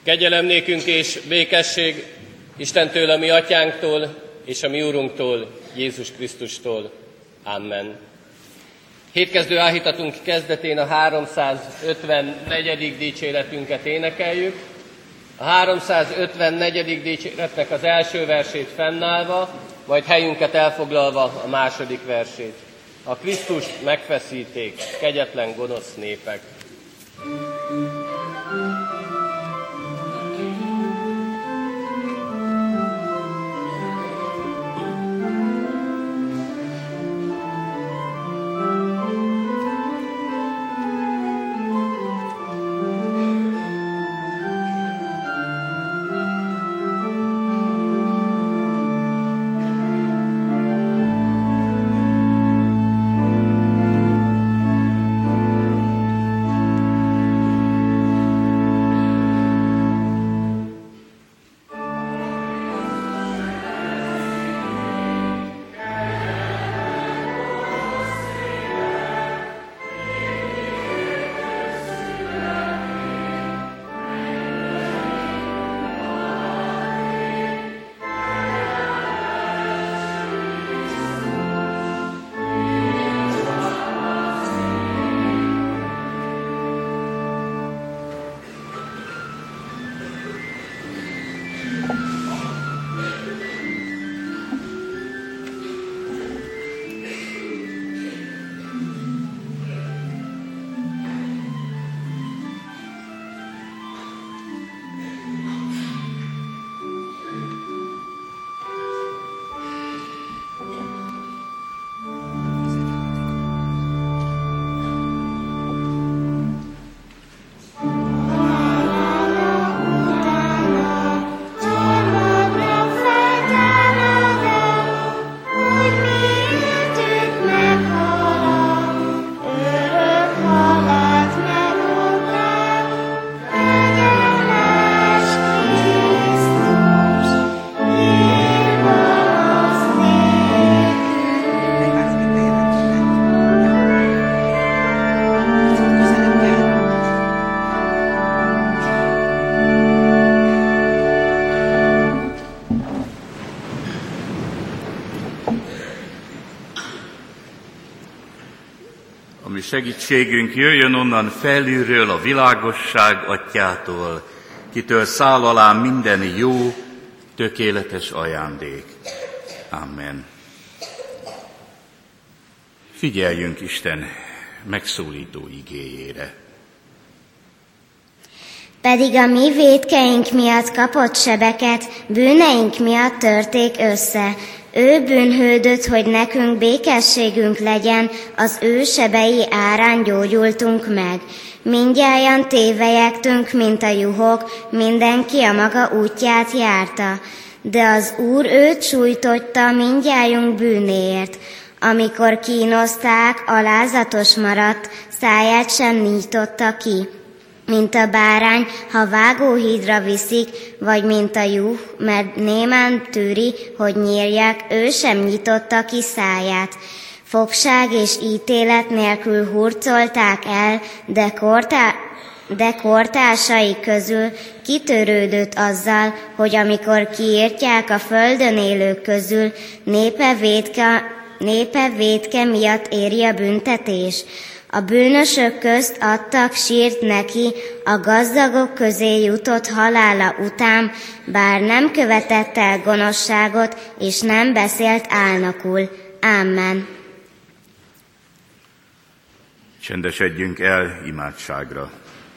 Kegyelem nékünk és békesség Istentől, a mi atyánktól, és a mi Urunktól, Jézus Krisztustól. Amen. Hétkezdő áhítatunk kezdetén a 354. dicséretünket énekeljük. A 354. dicséretnek az első versét fennállva, majd helyünket elfoglalva a második versét. A Krisztust megfeszíték, kegyetlen gonosz népek. Segítségünk jöjjön onnan felülről, a világosság atyától, kitől száll alá minden jó, tökéletes ajándék. Amen. Figyeljünk Isten megszólító igéjére. Pedig a mi vétkeink miatt kapott sebeket, bűneink miatt törték össze. Ő bűnhődött, hogy nekünk békességünk legyen, az ő sebei árán gyógyultunk meg. Mindnyájan tévejektünk, mint a juhok, mindenki a maga útját járta. De az Úr őt sújtotta mindnyájunk bűnéért. Amikor kínozták, alázatos maradt, száját sem nyitotta ki. Mint a bárány, ha vágóhídra viszik, vagy mint a juh, mert némán tűri, hogy nyírják, ő sem nyitotta ki száját. Fogság és ítélet nélkül hurcolták el, de kortársai közül kitörődött azzal, hogy amikor kiírtják a földön élők közül, népe vétke miatt éri a büntetés. A bűnösök közt adtak sírt neki, a gazdagok közé jutott halála után, bár nem követett el gonoszságot, és nem beszélt álnokul. Amen. Csendesedjünk el imádságra.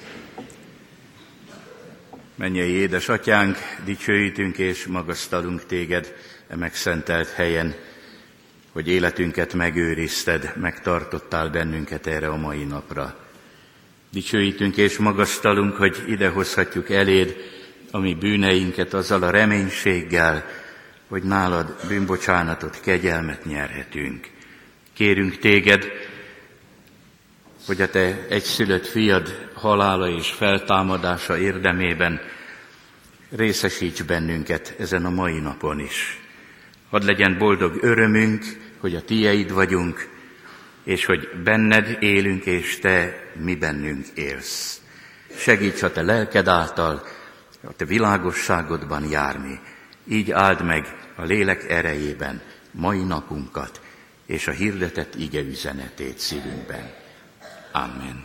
Mennyei édesatyánk, dicsőítünk és magasztalunk téged e megszentelt helyen, hogy életünket megőrizted, megtartottál bennünket erre a mai napra. Dicsőítünk és magasztalunk, hogy idehozhatjuk eléd a mi bűneinket azzal a reménységgel, hogy nálad bűnbocsánatot, kegyelmet nyerhetünk. Kérünk téged, hogy a te egyszülött fiad halála és feltámadása érdemében részesíts bennünket ezen a mai napon is. Hadd legyen boldog örömünk, hogy a tieid vagyunk, és hogy benned élünk, és te mi bennünk élsz. Segíts a te lelked által, a te világosságodban járni. Így áld meg a lélek erejében mai napunkat és a hirdetett ige üzenetét szívünkben. Amen.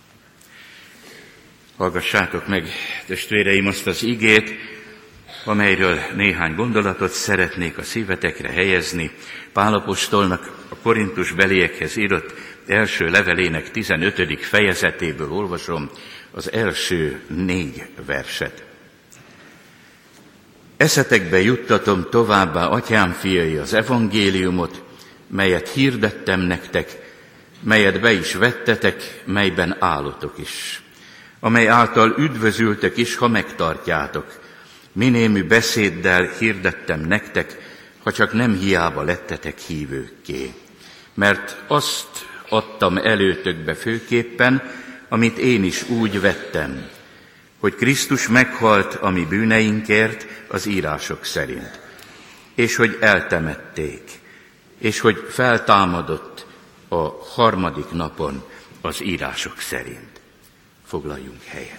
Hallgassátok meg, testvéreim, azt az igét, amelyről néhány gondolatot szeretnék a szívetekre helyezni. Pál apostolnak a korintusbeliekhez írott első levelének 15. fejezetéből olvasom az első 4 verset. Eszetekbe juttatom továbbá, atyám fiai, az evangéliumot, melyet hirdettem nektek, melyet be is vettetek, melyben állatok is, amely által üdvözültek is, ha megtartjátok. Minémű beszéddel hirdettem nektek, ha csak nem hiába lettetek hívőkké. Mert azt adtam előtökbe főképpen, amit én is úgy vettem, hogy Krisztus meghalt a mi bűneinkért az írások szerint, és hogy eltemették, és hogy feltámadott a 3. napon az írások szerint. Foglaljunk helyet.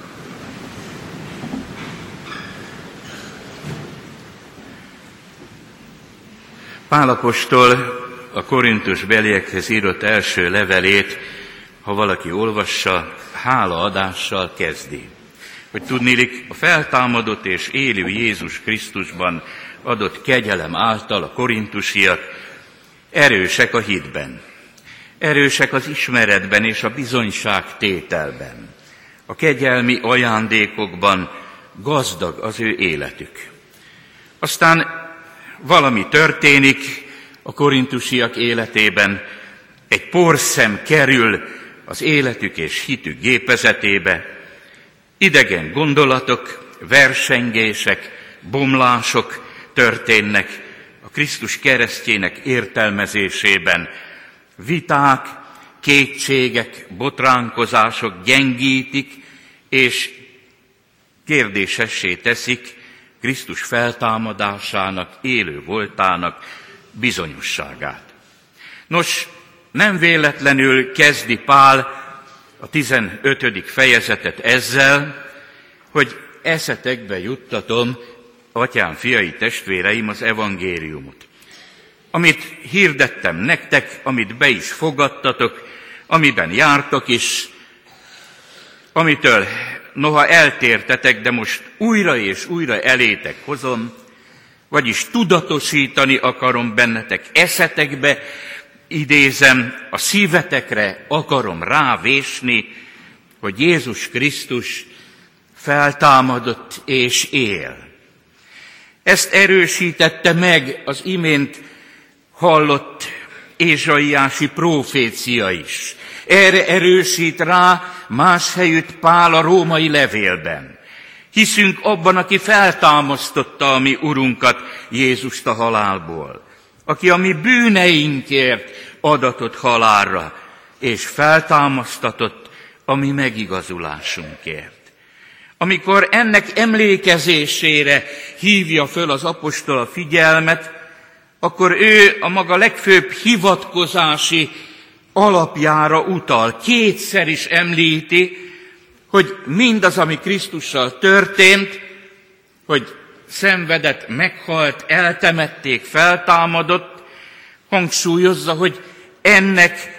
Pál apostol a korintusbeliekhez írott első levelét, ha valaki olvassa, hálaadással kezdi. Hogy tudniillik, a feltámadott és élő Jézus Krisztusban adott kegyelem által a korintusiak erősek a hitben, erősek az ismeretben és a bizonyságtételben. A kegyelmi ajándékokban gazdag az ő életük. Aztán valami történik a korintusiak életében, egy porszem kerül az életük és hitük gépezetébe, idegen gondolatok, versengések, bomlások történnek a Krisztus keresztjének értelmezésében. Viták, kétségek, botránkozások gyengítik és kérdésessé teszik Krisztus feltámadásának, élő voltának bizonyosságát. Nos, nem véletlenül kezdi Pál a 15. fejezetet ezzel, hogy eszetekbe juttatom, atyám, fiai, testvéreim, az evangéliumot, amit hirdettem nektek, amit be is fogadtatok, amiben jártok is, amitől noha eltértetek, de most újra és újra elétek hozom, vagyis tudatosítani akarom bennetek, eszetekbe idézem, a szívetekre akarom rávésni, hogy Jézus Krisztus feltámadott és él. Ezt erősítette meg az imént hallott ézsaiási prófécia is. Erre erősít rá más helyütt Pál a római levélben. Hiszünk abban, aki feltámasztotta a mi Urunkat, Jézust a halálból, aki a mi bűneinkért adatott halálra, és feltámasztatott a mi megigazulásunkért. Amikor ennek emlékezésére hívja föl az apostol a figyelmet, akkor ő a maga legfőbb hivatkozási alapjára utal. Kétszer is említi, hogy mindaz, ami Krisztussal történt, hogy szenvedett, meghalt, eltemették, feltámadott, hangsúlyozza, hogy ennek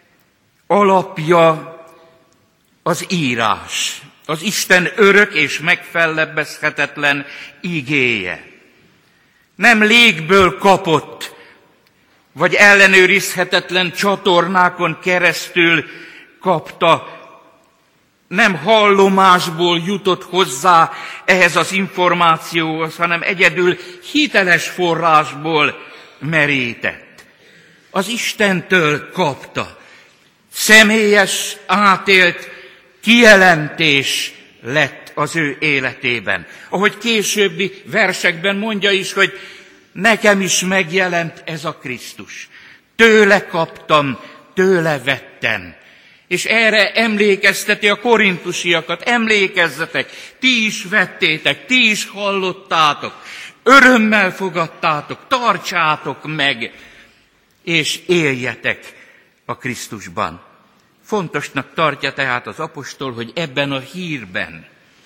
alapja az írás, az Isten örök és megfellebbezhetetlen igéje. Nem légből kapott, vagy ellenőrizhetetlen csatornákon keresztül kapta, nem hallomásból jutott hozzá ehhez az információhoz, hanem egyedül hiteles forrásból merített. Az Istentől kapta. Személyes, átélt kijelentés lett az ő életében. Ahogy későbbi versekben mondja is, hogy nekem is megjelent ez a Krisztus. Tőle kaptam, tőle vettem. És erre emlékezteti a korintusiakat, emlékezzetek, ti is vettétek, ti is hallottátok, örömmel fogadtátok, tartsátok meg, és éljetek a Krisztusban. Fontosnak tartja tehát az apostol, hogy ebben a hírben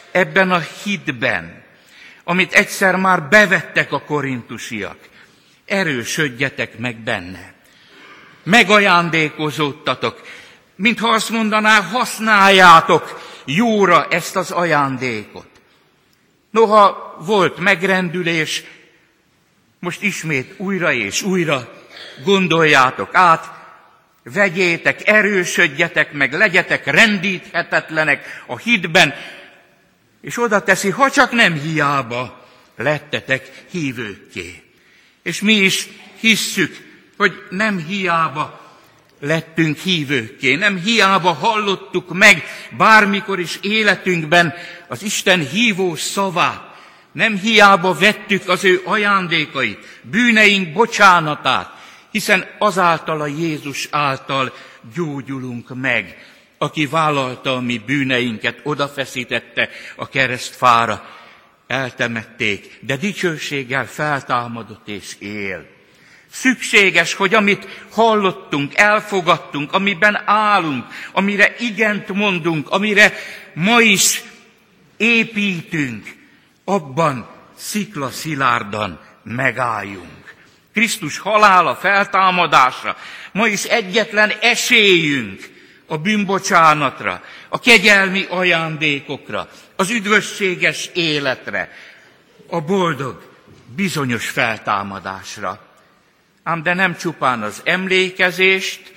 ebben a hitben, amit egyszer már bevettek a korintusiak. Erősödjetek meg benne. Megajándékozódtatok, mintha azt mondaná, használjátok jóra ezt az ajándékot. Noha volt megrendülés, most ismét újra és újra gondoljátok át, vegyétek, erősödjetek meg, legyetek rendíthetetlenek a hitben, és oda teszi, ha csak nem hiába lettetek hívőkké. És mi is hisszük, hogy nem hiába lettünk hívőkké, nem hiába hallottuk meg bármikor is életünkben az Isten hívó szavát, nem hiába vettük az ő ajándékait, bűneink bocsánatát, hiszen azáltal a Jézus által gyógyulunk meg, aki vállalta a mi bűneinket, odafeszítette a keresztfára, eltemették, de dicsőséggel feltámadott és él. Szükséges, hogy amit hallottunk, elfogadtunk, amiben állunk, amire igent mondunk, amire ma is építünk, abban sziklaszilárdan megálljunk. Krisztus halála, feltámadása ma is egyetlen esélyünk a bűnbocsánatra, a kegyelmi ajándékokra, az üdvösséges életre, a boldog, bizonyos feltámadásra. Ám de nem csupán az emlékezést,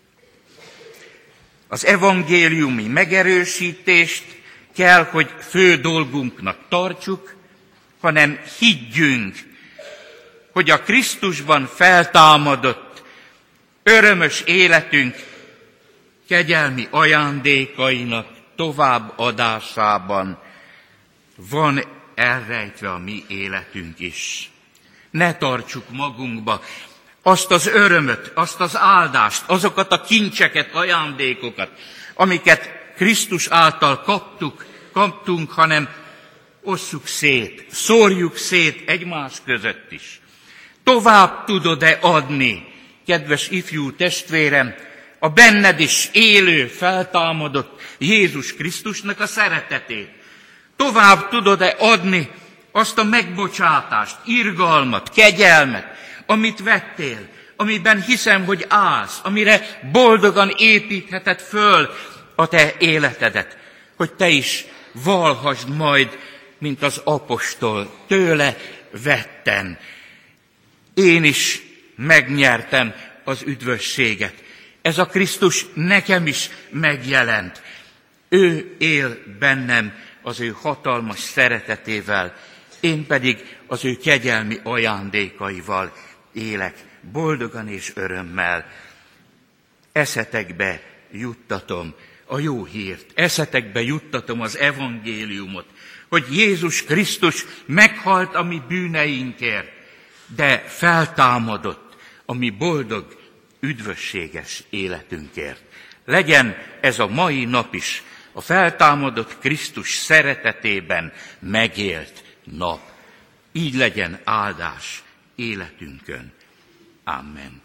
az evangéliumi megerősítést kell, hogy fő dolgunknak tartsuk, hanem higgyünk, hogy a Krisztusban feltámadott örömös életünk kegyelmi ajándékainak továbbadásában van elrejtve a mi életünk is. Ne tartsuk magunkba azt az örömöt, azt az áldást, azokat a kincseket, ajándékokat, amiket Krisztus által kaptunk, hanem osszuk szét, szórjuk szét egymás között is. Tovább tudod-e adni, kedves ifjú testvérem, a benned is élő, feltámadott Jézus Krisztusnak a szeretetét? Tovább tudod-e adni azt a megbocsátást, irgalmat, kegyelmet, amit vettél, amiben hiszem, hogy állsz, amire boldogan építheted föl a te életedet, hogy te is vallhassd majd, mint az apostol, tőle vettem. Én is megnyertem az üdvösséget. Ez a Krisztus nekem is megjelent. Ő él bennem az ő hatalmas szeretetével, én pedig az ő kegyelmi ajándékaival élek, boldogan és örömmel. Eszetekbe juttatom a jó hírt, eszetekbe juttatom az evangéliumot, hogy Jézus Krisztus meghalt a mi bűneinkért, de feltámadott a mi boldog, üdvösséges életünkért. Legyen ez a mai nap is a feltámadott Krisztus szeretetében megélt nap. Így legyen áldás életünkön. Amen.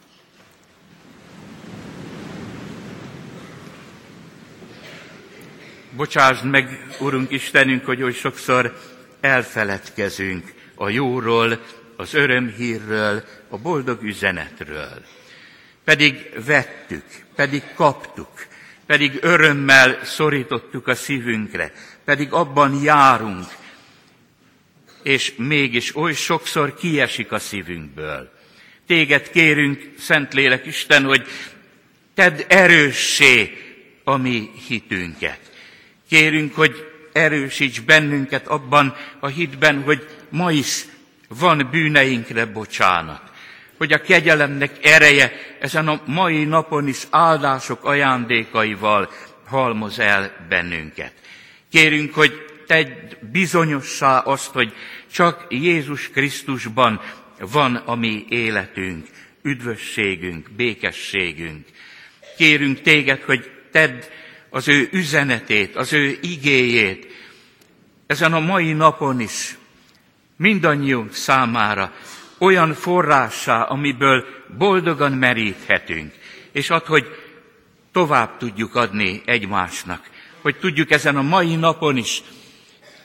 Bocsásd meg, Urunk Istenünk, hogy oly sokszor elfeledkezünk a jóról, az örömhírről, a boldog üzenetről. Pedig vettük, pedig kaptuk, pedig örömmel szorítottuk a szívünkre, pedig abban járunk, és mégis oly sokszor kiesik a szívünkből. Téged kérünk, Szentlélek Isten, hogy tedd erőssé a mi hitünket. Kérünk, hogy erősíts bennünket abban a hitben, hogy ma is van bűneinkre bocsánat, hogy a kegyelemnek ereje ezen a mai napon is áldások ajándékaival halmoz el bennünket. Kérünk, hogy tedd bizonyossá azt, hogy csak Jézus Krisztusban van a mi életünk, üdvösségünk, békességünk. Kérünk téged, hogy tedd az ő üzenetét, az ő igéjét ezen a mai napon is mindannyiunk számára olyan forrássá, amiből boldogan meríthetünk, és add, hogy tovább tudjuk adni egymásnak, hogy tudjuk ezen a mai napon is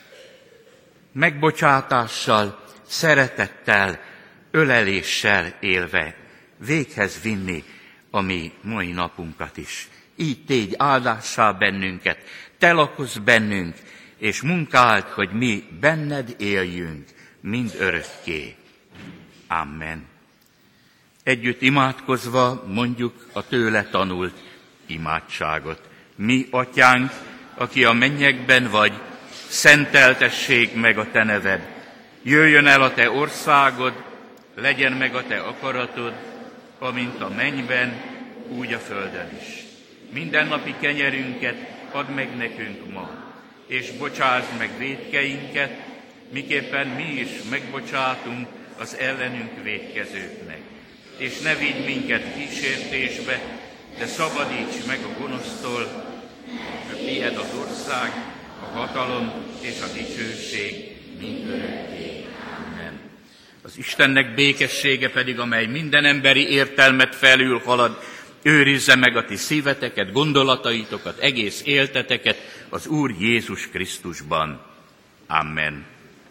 megbocsátással, szeretettel, öleléssel élve véghez vinni a mi mai napunkat is. Így tégy áldássá bennünket, te lakozz bennünk, és munkáld, hogy mi benned éljünk mind örökké. Amen. Együtt imádkozva mondjuk a tőle tanult imádságot. Mi, Atyánk, aki a mennyekben vagy, szenteltessék meg a te neved. Jöjjön el a te országod, legyen meg a te akaratod, amint a mennyben, úgy a földön is. Mindennapi kenyerünket add meg nekünk ma, és bocsásd meg vétkeinket, miképpen mi is megbocsátunk az ellenünk vétkezőknek. És ne vigy minket kísértésbe, de szabadíts meg a gonosztól, mert tiéd az ország, a hatalom és a dicsőség mindörökké. Amen. Az Istennek békessége pedig, amely minden emberi értelmet felülhalad, őrizze meg a ti szíveteket, gondolataitokat, egész élteteket az Úr Jézus Krisztusban. Amen.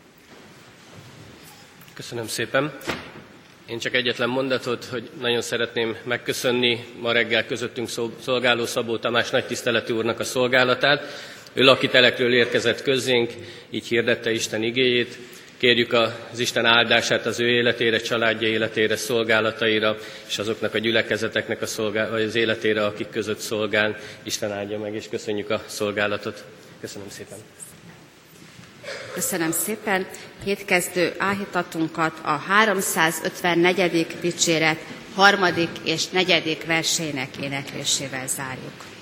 Köszönöm szépen. Én csak egyetlen mondatot, hogy nagyon szeretném megköszönni ma reggel közöttünk szolgáló Szabó Tamás nagytiszteletű úrnak a szolgálatát. Ő lakitelekről érkezett közénk, így hirdette Isten igéjét. Kérjük az Isten áldását az ő életére, családja életére, szolgálataira, és azoknak a gyülekezeteknek az életére, akik között szolgál. Isten áldja meg, és köszönjük a szolgálatot. Köszönöm szépen. Köszönöm szépen. Hétkezdő áhítatunkat a 354. dicséret 3. és 4. versének éneklésével zárjuk.